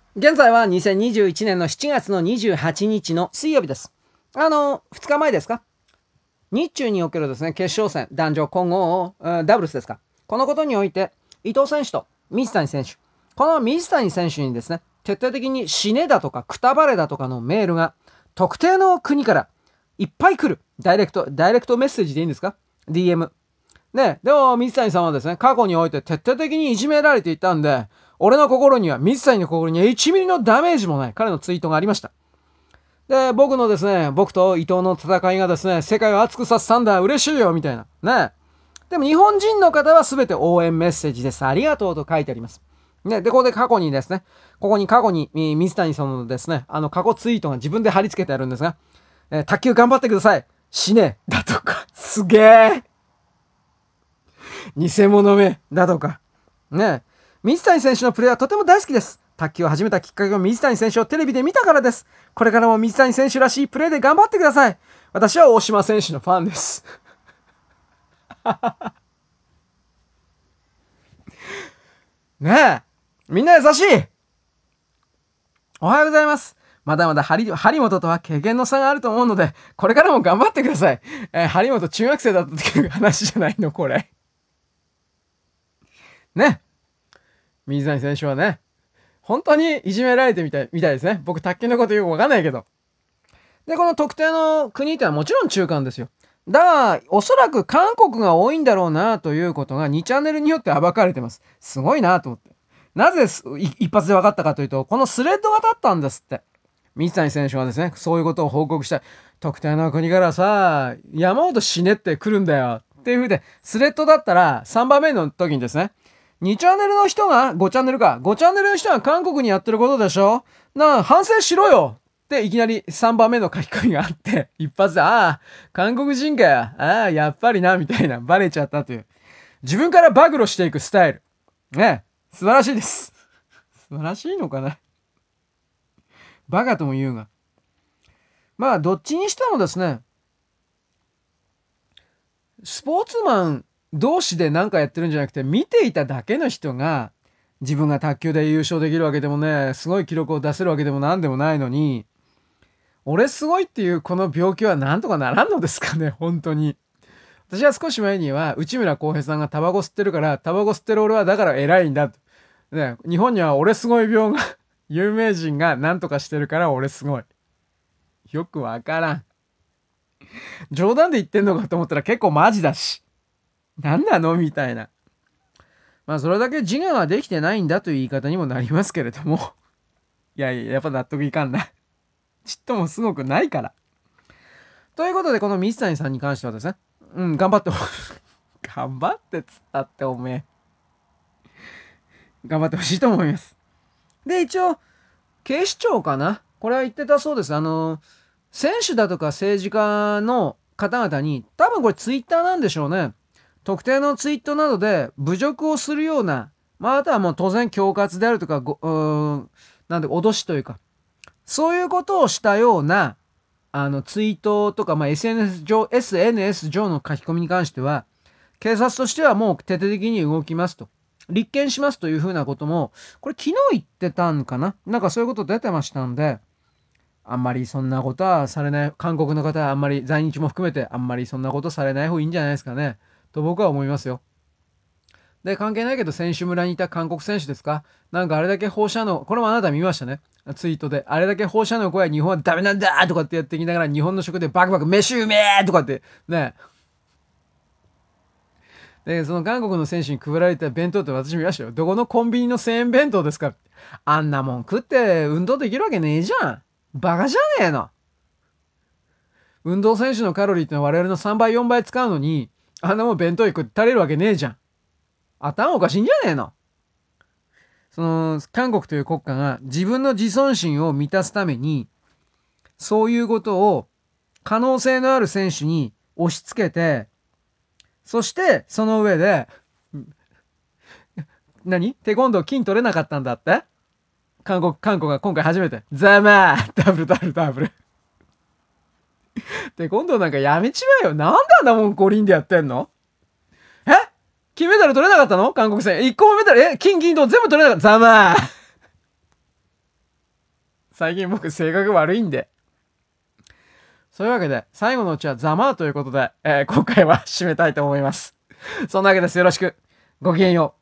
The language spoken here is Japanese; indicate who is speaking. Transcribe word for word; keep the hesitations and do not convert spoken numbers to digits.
Speaker 1: 現在はにせんにじゅういちねんのしちがつのにじゅうはちにちの水曜日です。あの、ふつかまえですか。日中におけるですね、決勝戦、男女混合、ダブルスですか。このことにおいて、伊藤選手と水谷選手、この水谷選手にですね、徹底的に死ねだとかくたばれだとかのメールが、特定の国からいっぱい来る。ダイレクト、ダイレクトメッセージでいいんですか？ ディーエム。ね、でも水谷さんはですね、過去において徹底的にいじめられていたんで、俺の心には、水谷の心にはいちミリのダメージもない彼のツイートがありました。で、僕のですね、僕と伊藤の戦いがですね、世界を熱くさせたんだ、嬉しいよ、みたいな。ね。でも日本人の方は全て応援メッセージです。ありがとうと書いてあります。ね。で、ここで過去にですね、ここに過去に水谷さんのですね、あの過去ツイートが自分で貼り付けてあるんですが、えー、卓球頑張ってください。死ね。だとか、すげえ。偽物め。だとか。ね。水谷選手のプレーはとても大好きです。卓球を始めたきっかけは水谷選手をテレビで見たからです。これからも水谷選手らしいプレーで頑張ってください。私は大島選手のファンです。ねえ。みんな優しい。おはようございます。まだまだ張本とは経験の差があると思うので、これからも頑張ってください。えー、張本中学生だった時の話じゃないの、これ。ね。水谷選手はね、本当にいじめられてみたい、みたいですね。僕、卓球のことよくわかんないけど。で、この特定の国ってのはもちろん中間ですよ。だが、おそらく韓国が多いんだろうなということがにチャンネルによって暴かれてます。すごいなと思って。なぜ一発で分かったかというと、このスレッドが立ったんですって。水谷選手はですね、そういうことを報告したい。特定の国からさ、山ほど死ねって来るんだよ。っていう風で、スレッドだったらさんばんめの時にですね、にチャンネルの人が、ごチャンネルか、ごチャンネルの人が韓国にやってることでしょ。なあ、反省しろよで、いきなりさんばんめの書き込みがあって、一発で、ああ、韓国人かよ。ああ、やっぱりな、みたいな、バレちゃったという。自分から暴露していくスタイル。ね、素晴らしいです。素晴らしいのかな。バカとも言うが。まあ、どっちにしてもですね、スポーツマン同士で何かやってるんじゃなくて、見ていただけの人が、自分が卓球で優勝できるわけでもね、すごい記録を出せるわけでも何でもないのに、俺すごいっていうこの病気はなんとかならんのですかね、本当に。私は少し前には、内村航平さんがタバコ吸ってるから、タバコ吸ってる俺はだから偉いんだと。ね、日本には俺すごい病が有名人が何とかしてるから俺すごい。よくわからん。冗談で言ってんのかと思ったら結構マジだし。何なのみたいな。まあそれだけ自我ができてないんだという言い方にもなりますけれども。いやいや、やっぱ納得いかんな。ちっともすごくないから。ということで、この水谷さんに関してはですね、うん、頑張ってほしい。頑張ってっつったっておめえ。頑張ってほしいと思います。で、一応、警視庁かなこれは言ってたそうです。あの、選手だとか政治家の方々に、多分これツイッターなんでしょうね。特定のツイートなどで侮辱をするような、まあ、あとはもう当然恐喝であるとか、ご、うーん、なんで脅しというか、そういうことをしたような、あの、ツイートとか、まあ、エスエヌエス 上、エスエヌエス 上の書き込みに関しては、警察としてはもう徹底的に動きますと。立件しますというふうなことも、これ昨日言ってたんかななんかそういうこと出てましたんで、あんまりそんなことはされない、韓国の方はあんまり在日も含めてあんまりそんなことされない方がいいんじゃないですかね。と僕は思いますよ。で、関係ないけど選手村にいた韓国選手ですかなんかあれだけ放射能、これもあなた見ましたね。ツイートで。あれだけ放射能怖い日本はダメなんだとかってやっていきながら日本の食でバクバク飯うめえとかってね。で、その韓国の選手に配られた弁当って私見ましたよ。どこのコンビニのせんえん弁当ですかあんなもん食って運動できるわけねえじゃん。バカじゃねえの。運動選手のカロリーってのは我々のさんばいよんばい使うのに、あんなもん弁当いく足れるわけねえじゃん。頭おかしいんじゃねえの。その、韓国という国家が自分の自尊心を満たすために、そういうことを可能性のある選手に押し付けて、そしてその上で、何テコンドー金取れなかったんだって韓国、韓国が今回初めて。ざまあダブルダブルダブル。テコンドーなんかやめちまえよ。なんであんなもん五輪でやってんのえ金メダル取れなかったの韓国戦。一個もメダル、え金銀銅全部取れなかった。ざまあ最近僕性格悪いんで。そういうわけで、最後のうちはざまあということで、えー今回は締めたいと思います。そんなわけです。よろしく。ごきげんよう。